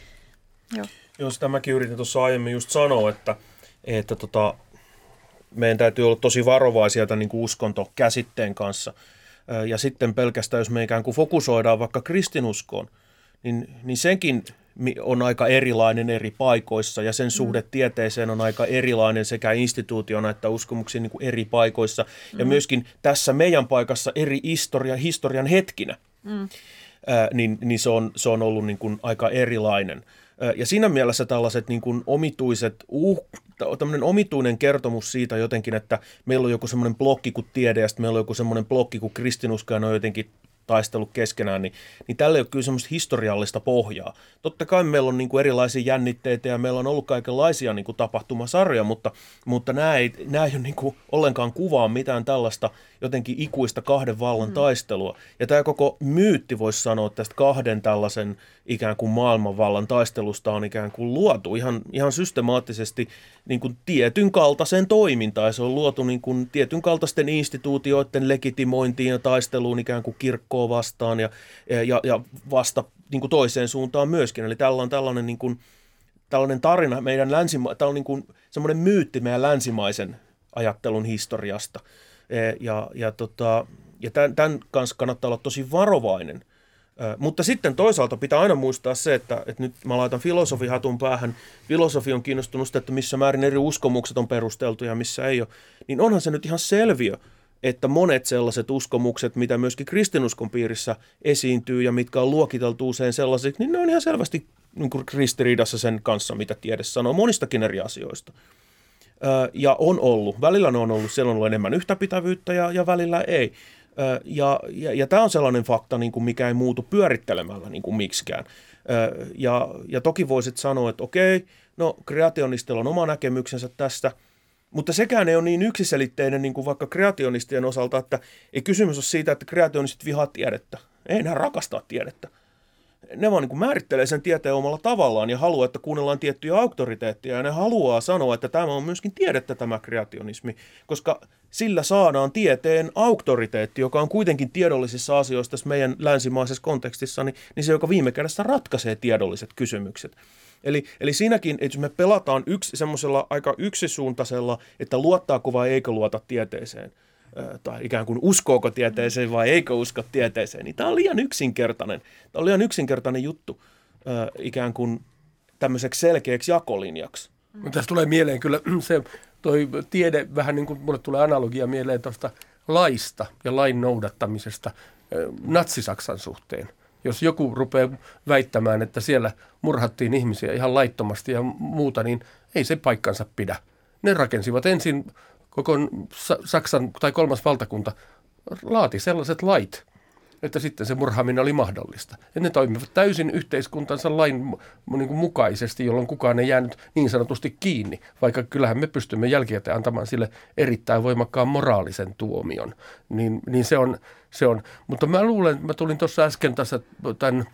joo. Joo, sitä mäkin yritin tuossa aiemmin just sanoa, että, että tota, meidän täytyy olla tosi varovaisia tämän niin kuin uskontokäsitteen kanssa. Ja sitten pelkästään, jos me ikään kuin fokusoidaan vaikka kristinuskoon, niin, niin senkin on aika erilainen eri paikoissa ja sen suhde tieteeseen on aika erilainen sekä instituutiona että uskomuksiin niin kuin eri paikoissa ja mm. myöskin tässä meidän paikassa eri historia, historian hetkinä, mm. Ää, niin, niin se, on, se on ollut niin kuin aika erilainen. Ää, ja siinä mielessä tällaiset niin kuin omituiset, uh, tämmöinen omituinen kertomus siitä jotenkin, että meillä on joku semmoinen blokki kuin tiede ja sitten meillä on joku semmoinen blokki kuin kristinusko ja ne on jotenkin taistellut keskenään, niin, niin tällä ei ole kyllä semmoista historiallista pohjaa. Totta kai meillä on niin kuin erilaisia jännitteitä ja meillä on ollut kaikenlaisia niin kuin tapahtumasarjoja, mutta, mutta nämä ei, nämä ei ole niin kuin ollenkaan kuvaa mitään tällaista jotenkin ikuista kahden vallan mm. taistelua. Ja tämä koko myytti voisi sanoa tästä kahden tällaisen ikään kuin maailmanvallan taistelusta on ikään kuin luotu ihan, ihan systemaattisesti niin kuin tietyn kaltaiseen toimintaan. Ja se on luotu niin kuin tietyn kaltaisten instituutioiden legitimointiin ja taisteluun ikään kuin kirkkoa vastaan ja, ja, ja vasta niin kuin toiseen suuntaan myöskin. Eli tällä on tällainen, niin kuin, tällainen tarina meidän länsima- tämä on niin kuin semmoinen myytti meidän länsimaisen ajattelun historiasta. Ja, ja, tota, ja tämän, tämän kanssa kannattaa olla tosi varovainen. Mutta sitten toisaalta pitää aina muistaa se, että, että nyt mä laitan filosofihatun päähän. Filosofi on kiinnostunut sitä, että missä määrin eri uskomukset on perusteltu ja missä ei ole. Niin onhan se nyt ihan selviö, että monet sellaiset uskomukset, mitä myöskin kristinuskon piirissä esiintyy ja mitkä on luokiteltu usein sellaisiksi, niin ne on ihan selvästi niin kuin ristiriidassa sen kanssa, mitä tiede sanoo monistakin eri asioista. Ja on ollut. Välillä ne on ollut, siellä on ollut enemmän yhtäpitävyyttä ja, ja välillä ei. Ja, ja, ja tämä on sellainen fakta, niin kuin mikä ei muutu pyörittelemällä niin kuin miksikään. Ja, ja toki voisit sanoa, että okei, no kreationistilla on oma näkemyksensä tästä, mutta sekään ei ole niin yksiselitteinen niin kuin vaikka kreationistien osalta, että ei kysymys ole siitä, että kreationistit vihaa tiedettä. Ei nämä rakastaa tiedettä. Ne vaan niin kuin määrittelee sen tieteen omalla tavallaan ja haluaa, että kuunnellaan tiettyjä auktoriteetteja ja ne haluaa sanoa, että tämä on myöskin tiedettä tämä kreationismi, koska sillä saadaan tieteen auktoriteetti, joka on kuitenkin tiedollisissa asioissa tässä meidän länsimaisessa kontekstissa, niin, niin se, joka viime kädessä ratkaisee tiedolliset kysymykset. Eli, eli siinäkin, että jos me pelataan yksi, semmoisella aika yksisuuntaisella, että luottaako vai eikö luota tieteeseen, tai ikään kuin uskooko tieteeseen vai eikö usko tieteeseen, niin tämä on liian yksinkertainen. Tämä on liian yksinkertainen juttu ikään kuin tämmöiseksi selkeäksi jakolinjaksi. Mm. Tässä tulee mieleen kyllä se toi tiede, vähän niin kuin mulle tulee analogia mieleen tuosta laista ja lain noudattamisesta Natsi-Saksan suhteen. Jos joku rupeaa väittämään, että siellä murhattiin ihmisiä ihan laittomasti ja muuta, niin ei se paikkansa pidä. Ne rakensivat ensin koko Saksan tai kolmas valtakunta laati sellaiset lait, että sitten se murhaaminen oli mahdollista. Ja ne toimivat täysin yhteiskuntansa lain niin kuin mukaisesti, jolloin kukaan ei jäänyt niin sanotusti kiinni, vaikka kyllähän me pystymme jälkikäteen antamaan sille erittäin voimakkaan moraalisen tuomion. Niin, niin se on, se on. Mutta mä luulen, mä tulin tuossa äsken tässä tämän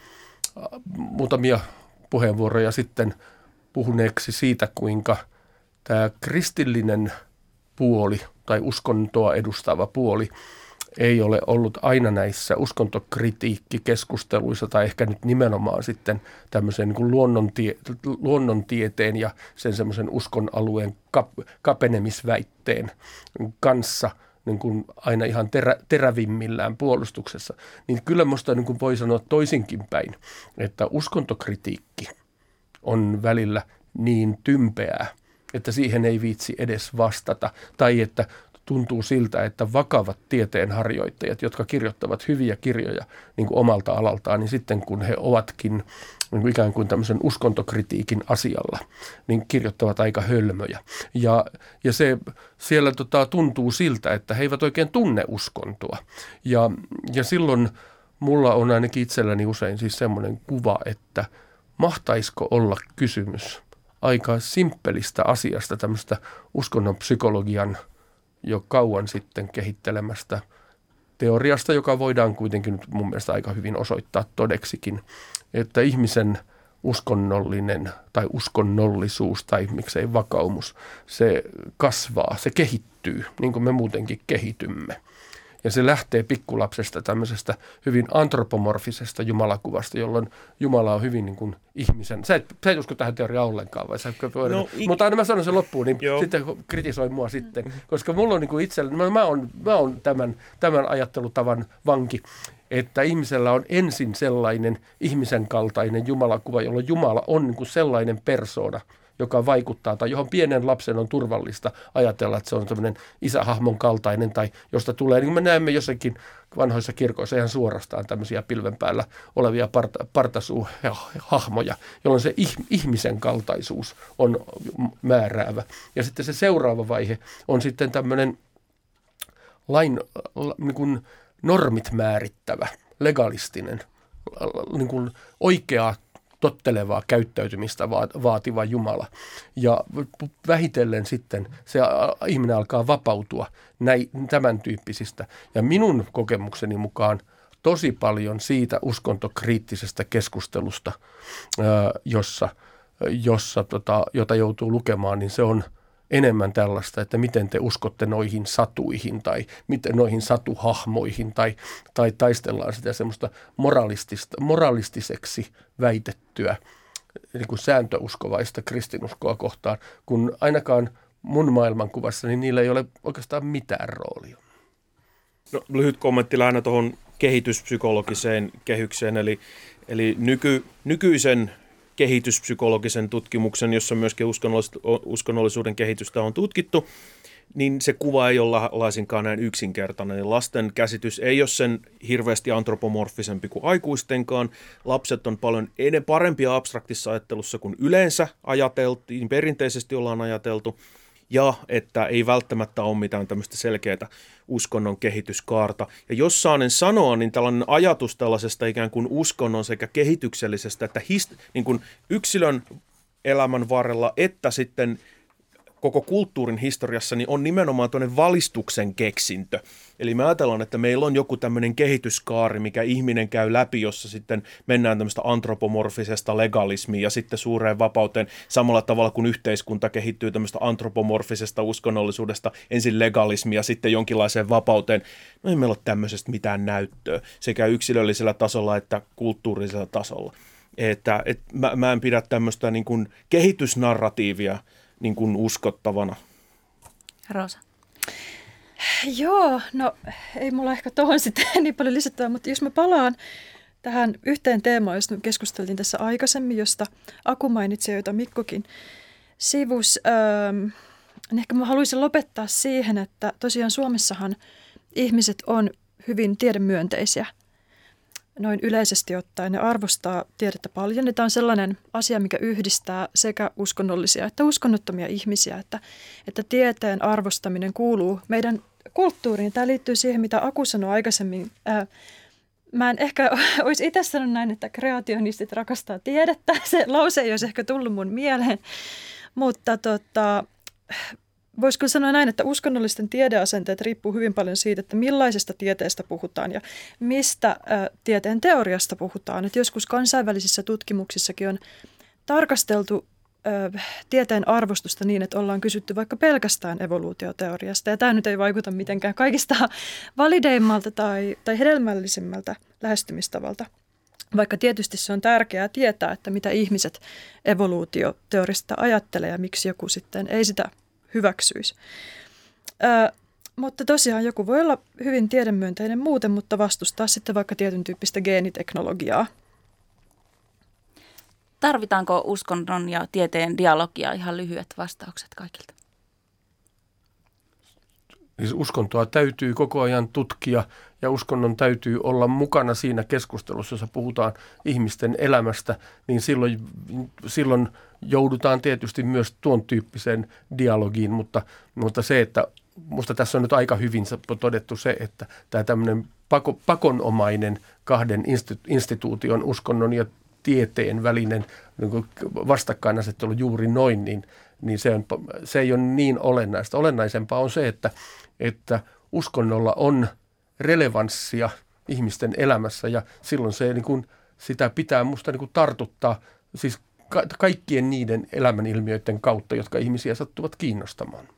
muutamia puheenvuoroja sitten puhuneeksi siitä, kuinka tämä kristillinen puoli tai uskontoa edustava puoli ei ole ollut aina näissä uskontokritiikkikeskusteluissa tai ehkä nyt nimenomaan sitten tämmöisen niin kuin luonnontie, luonnontieteen ja sen semmoisen uskon alueen kap, kapenemisväitteen kanssa niin kuin aina ihan terä, terävimmillään puolustuksessa. Niin kyllä musta niin kuin voi sanoa toisinkin päin, että uskontokritiikki on välillä niin tympeää, että siihen ei viitsi edes vastata, tai että tuntuu siltä, että vakavat tieteenharjoittajat, jotka kirjoittavat hyviä kirjoja niin kuin omalta alaltaan, niin sitten kun he ovatkin niin kuin ikään kuin tämmöisen uskontokritiikin asialla, niin kirjoittavat aika hölmöjä. Ja, ja se siellä tota, tuntuu siltä, että he eivät oikein tunne uskontoa. Ja, ja silloin mulla on ainakin itselläni usein siis semmoinen kuva, että mahtaisiko olla kysymys aika simppelistä asiasta, tämmöistä uskonnon psykologian jo kauan sitten kehittelemästä teoriasta, joka voidaan kuitenkin nyt mun mielestä aika hyvin osoittaa todeksikin, että ihmisen uskonnollinen tai uskonnollisuus tai miksei vakaumus, se kasvaa, se kehittyy, niin kuin me muutenkin kehitymme. Ja se lähtee pikkulapsesta tämmöisestä hyvin antropomorfisesta jumalakuvasta, jolloin Jumala on hyvin niin kuin ihmisen. Sä et, sä et usko tähän teoriaan ollenkaan, vai sä, no, ik... Mutta aina mä sanon sen loppuun, niin Joo. sitten kritisoi mua sitten. Koska mulla on niin kuin itsellä, mä, mä oon, mä oon tämän, tämän ajattelutavan vanki, että ihmisellä on ensin sellainen ihmisen kaltainen jumalakuva, jolloin Jumala on niin kuin sellainen persoona, joka vaikuttaa, tai johon pienen lapsen on turvallista ajatella, että se on tämmöinen isähahmon kaltainen, tai josta tulee, niin kuin me näemme jossakin vanhoissa kirkoissa ihan suorastaan tämmöisiä pilven päällä olevia parta, partasuuhahmoja, jolloin se ihmisen kaltaisuus on määräävä. Ja sitten se seuraava vaihe on sitten tämmöinen lain, niin kuin normit määrittävä, legalistinen, niin kuin oikea tottelevaa käyttäytymistä vaativa Jumala. Ja vähitellen sitten se ihminen alkaa vapautua näin, tämän tyyppisistä. Ja minun kokemukseni mukaan tosi paljon siitä uskontokriittisestä keskustelusta, jossa, jossa, tota, jota joutuu lukemaan, niin se on enemmän tällaista, että miten te uskotte noihin satuihin tai miten noihin satuhahmoihin tai, tai taistellaan sitä semmoista moralistista, moralistiseksi väitettyä niin kuin sääntöuskovaista kristinuskoa kohtaan, kun ainakaan mun maailmankuvassa niin niillä ei ole oikeastaan mitään roolia. No, lyhyt kommentti lähinnä tuohon kehityspsykologiseen kehykseen, eli, eli nyky, nykyisen kehityspsykologisen tutkimuksen, jossa myöskin uskonnollis- uskonnollisuuden kehitystä on tutkittu, niin se kuva ei ole laisinkaan näin yksinkertainen. Lasten käsitys ei ole sen hirveästi antropomorfisempi kuin aikuistenkaan. Lapset on paljon ennen parempia abstraktissa ajattelussa kuin yleensä ajateltiin, perinteisesti ollaan ajateltu, ja että ei välttämättä ole mitään tämmöistä selkeää uskonnon kehityskaarta. Ja jos saanen sanoa, niin tällainen ajatus tällaisesta ikään kuin uskonnon sekä kehityksellisestä, että hist- niin kuin yksilön elämän varrella, että sitten koko kulttuurin historiassa, niin on nimenomaan tuonne valistuksen keksintö. Eli me ajatellaan, että meillä on joku tämmöinen kehityskaari, mikä ihminen käy läpi, jossa sitten mennään tämmöistä antropomorfisesta legalismiin ja sitten suureen vapauteen samalla tavalla kuin yhteiskunta kehittyy tämmöistä antropomorfisesta uskonnollisuudesta ensin legalismiin ja sitten jonkinlaiseen vapauteen. No ei meillä ole tämmöisestä mitään näyttöä sekä yksilöllisellä tasolla että kulttuurisella tasolla. Että, et mä, mä en pidä tämmöistä niin kuin kehitysnarratiivia niin kuin uskottavana. Rosa. Joo, no ei mulla ehkä tuohon sitten niin paljon lisättävää, mutta jos mä palaan tähän yhteen teemaan, josta me keskusteltiin tässä aikaisemmin, josta Aku mainitsi, joita Mikkokin sivus, ähm, niin ehkä mä haluaisin lopettaa siihen, että tosiaan Suomessahan ihmiset on hyvin tiedemyönteisiä. Noin yleisesti ottaen ne arvostaa tiedettä paljon. Ja tämä on sellainen asia, mikä yhdistää sekä uskonnollisia että uskonnottomia ihmisiä, että, että tieteen arvostaminen kuuluu meidän kulttuuriin. Tämä liittyy siihen, mitä Aku sanoi aikaisemmin. Ää, mä en ehkä olisi itse sanonut näin, että kreationistit rakastaa tiedettä. Se lause ei olisi ehkä tullut mun mieleen, mutta tota... Voisi kyllä sanoa näin, että uskonnollisten tiedeasenteet riippuu hyvin paljon siitä, että millaisesta tieteestä puhutaan ja mistä ä, tieteen teoriasta puhutaan. Et joskus kansainvälisissä tutkimuksissakin on tarkasteltu ä, tieteen arvostusta niin, että ollaan kysytty vaikka pelkästään evoluutioteoriasta. Ja tämä nyt ei vaikuta mitenkään kaikista valideimmalta tai, tai hedelmällisimmältä lähestymistavalta. Vaikka tietysti se on tärkeää tietää, että mitä ihmiset evoluutioteoriasta ajattelee ja miksi joku sitten ei sitä hyväksyisi. Ö, mutta tosiaan joku voi olla hyvin tiedemyönteinen muuten, mutta vastustaa sitten vaikka tietyn tyyppistä geeniteknologiaa. Tarvitaanko uskonnon ja tieteen dialogia? Ihan lyhyet vastaukset kaikilta. Siis uskontoa täytyy koko ajan tutkia ja uskonnon täytyy olla mukana siinä keskustelussa, jossa puhutaan ihmisten elämästä, niin silloin, silloin joudutaan tietysti myös tuon tyyppiseen dialogiin, mutta, mutta se, että musta tässä on nyt aika hyvin todettu se, että tämä tämmöinen pako, pakonomainen kahden instituution, uskonnon ja tieteen välinen niin kuin vastakkainasettelu juuri noin, niin, niin se, on, se ei ole niin olennaista. Olennaisempaa on se, että, että uskonnolla on relevanssia ihmisten elämässä ja silloin se, niin kuin, sitä pitää musta niin kuin tartuttaa siis ka- kaikkien niiden elämänilmiöiden kautta, jotka ihmisiä sattuvat kiinnostamaan.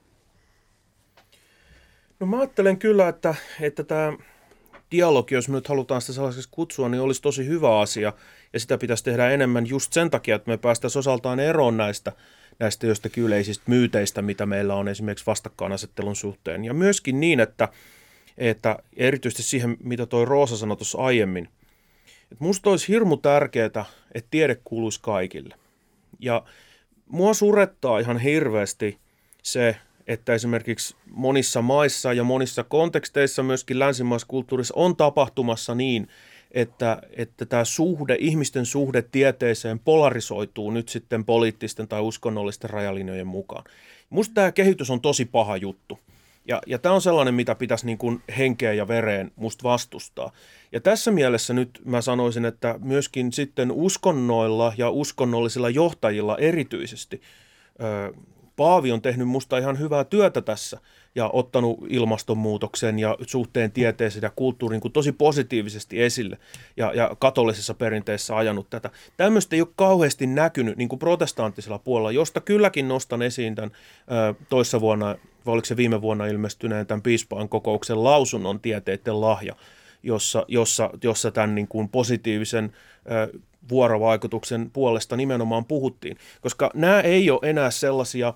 No mä ajattelen kyllä, että, että tämä dialogi, jos me nyt halutaan sitä sellaiseksi kutsua, niin olisi tosi hyvä asia ja sitä pitäisi tehdä enemmän just sen takia, että me päästäisiin osaltaan eroon näistä, näistä jostakin yleisistä myyteistä, mitä meillä on esimerkiksi vastakkainasettelun suhteen. Ja myöskin niin, että, että erityisesti siihen, mitä toi Roosa sanoi tuossa aiemmin, että musta olisi hirmu tärkeää, että tiede kuuluisi kaikille. Ja mua surettaa ihan hirveästi se, että esimerkiksi monissa maissa ja monissa konteksteissa, myöskin länsimaisessa kulttuurissa on tapahtumassa niin, että, että tämä suhde, ihmisten suhde tieteeseen polarisoituu nyt sitten poliittisten tai uskonnollisten rajalinjojen mukaan. Musta tämä kehitys on tosi paha juttu. Ja, ja tämä on sellainen, mitä pitäisi niin kuin henkeä ja vereen musta vastustaa. Ja tässä mielessä nyt mä sanoisin, että myöskin sitten uskonnoilla ja uskonnollisilla johtajilla erityisesti ö, Paavi on tehnyt musta ihan hyvää työtä tässä ja ottanut ilmastonmuutoksen ja suhteen tieteeseen ja kulttuurin kuin tosi positiivisesti esille ja, ja katolisessa perinteessä ajanut tätä. Tämmöistä ei ole kauheasti näkynyt niin kuin protestanttisella puolella, josta kylläkin nostan esiin tämän ö, toissa vuonna, vai oliko se viime vuonna ilmestyneen tämän piispaan kokouksen lausunnon tieteiden lahja, jossa, jossa, jossa tämän niin kuin positiivisen ö, vuorovaikutuksen puolesta nimenomaan puhuttiin, koska nämä ei ole enää sellaisia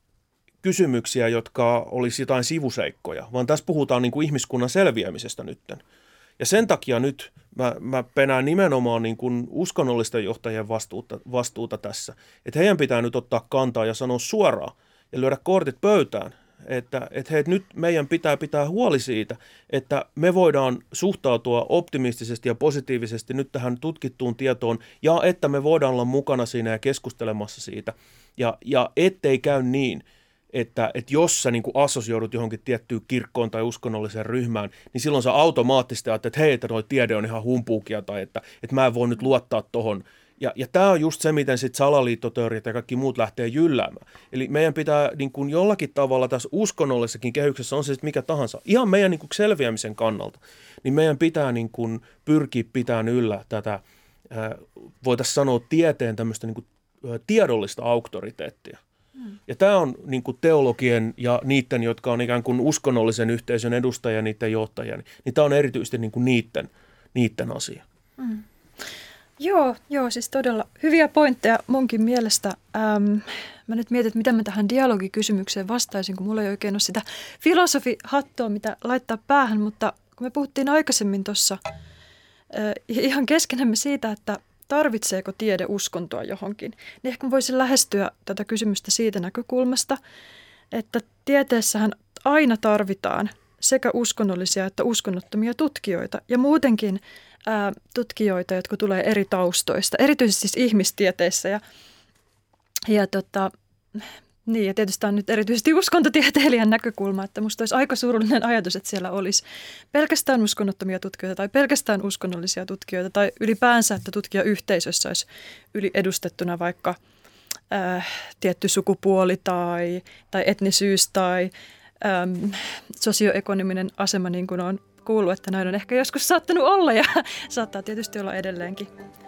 kysymyksiä, jotka olisi jotain sivuseikkoja, vaan tässä puhutaan niin kuin ihmiskunnan selviämisestä nytten. Ja sen takia nyt mä, mä penään nimenomaan niin kuin uskonnollisten johtajien vastuuta, vastuuta tässä, että heidän pitää nyt ottaa kantaa ja sanoa suoraan ja lyödä kortit pöytään, että, että hei, nyt meidän pitää pitää huoli siitä, että me voidaan suhtautua optimistisesti ja positiivisesti nyt tähän tutkittuun tietoon ja että me voidaan olla mukana siinä ja keskustelemassa siitä ja, ja ettei käy niin, että, että jos sä niin kuin assosioidut johonkin tiettyyn kirkkoon tai uskonnolliseen ryhmään, niin silloin sä automaattisesti ajattelet, että hei, että noi tiede on ihan humpuukia tai että, että mä en voi nyt luottaa tohon. Ja, ja tämä on just se, miten sitten salaliittoteoriat ja kaikki muut lähtee jylläämään. Eli meidän pitää niin kuin jollakin tavalla tässä uskonnollisessakin kehyksessä, on se sitten mikä tahansa, ihan meidän niin kuin selviämisen kannalta, niin meidän pitää niin kuin pyrkiä pitämään yllä tätä, voitaisiin sanoa tieteen tämmöistä niin kuin tiedollista auktoriteettia. Ja tämä on niin kuin teologien ja niiden, jotka on ikään kuin uskonnollisen yhteisön edustajia, niiden johtajia, niin tämä on erityisesti niin kuin niiden, niiden asia. Mm. Joo, joo, siis todella hyviä pointteja munkin mielestä. Ähm, mä nyt mietin, että mitä mä tähän dialogikysymykseen vastaisin, kun mulla ei oikein ole sitä filosofihattoa, mitä laittaa päähän, mutta kun me puhuttiin aikaisemmin tuossa äh, ihan keskenämme siitä, että tarvitseeko tiede uskontoa johonkin, niin ehkä voisin lähestyä tätä kysymystä siitä näkökulmasta, että tieteessähän aina tarvitaan sekä uskonnollisia että uskonnottomia tutkijoita ja muutenkin ää, tutkijoita, jotka tulee eri taustoista, erityisesti siis ihmistieteissä. Ja, ja, tota, niin, ja tietysti tämä on nyt erityisesti uskontotieteilijän näkökulma, että musta olisi aika surullinen ajatus, että siellä olisi pelkästään uskonnottomia tutkijoita tai pelkästään uskonnollisia tutkijoita tai ylipäänsä, että tutkijayhteisössä olisi yliedustettuna vaikka äh, tietty sukupuoli tai, tai etnisyys tai äm, sosioekonominen asema, niin kuin on kuullut, että näin on ehkä joskus saattanut olla ja saattaa tietysti olla edelleenkin.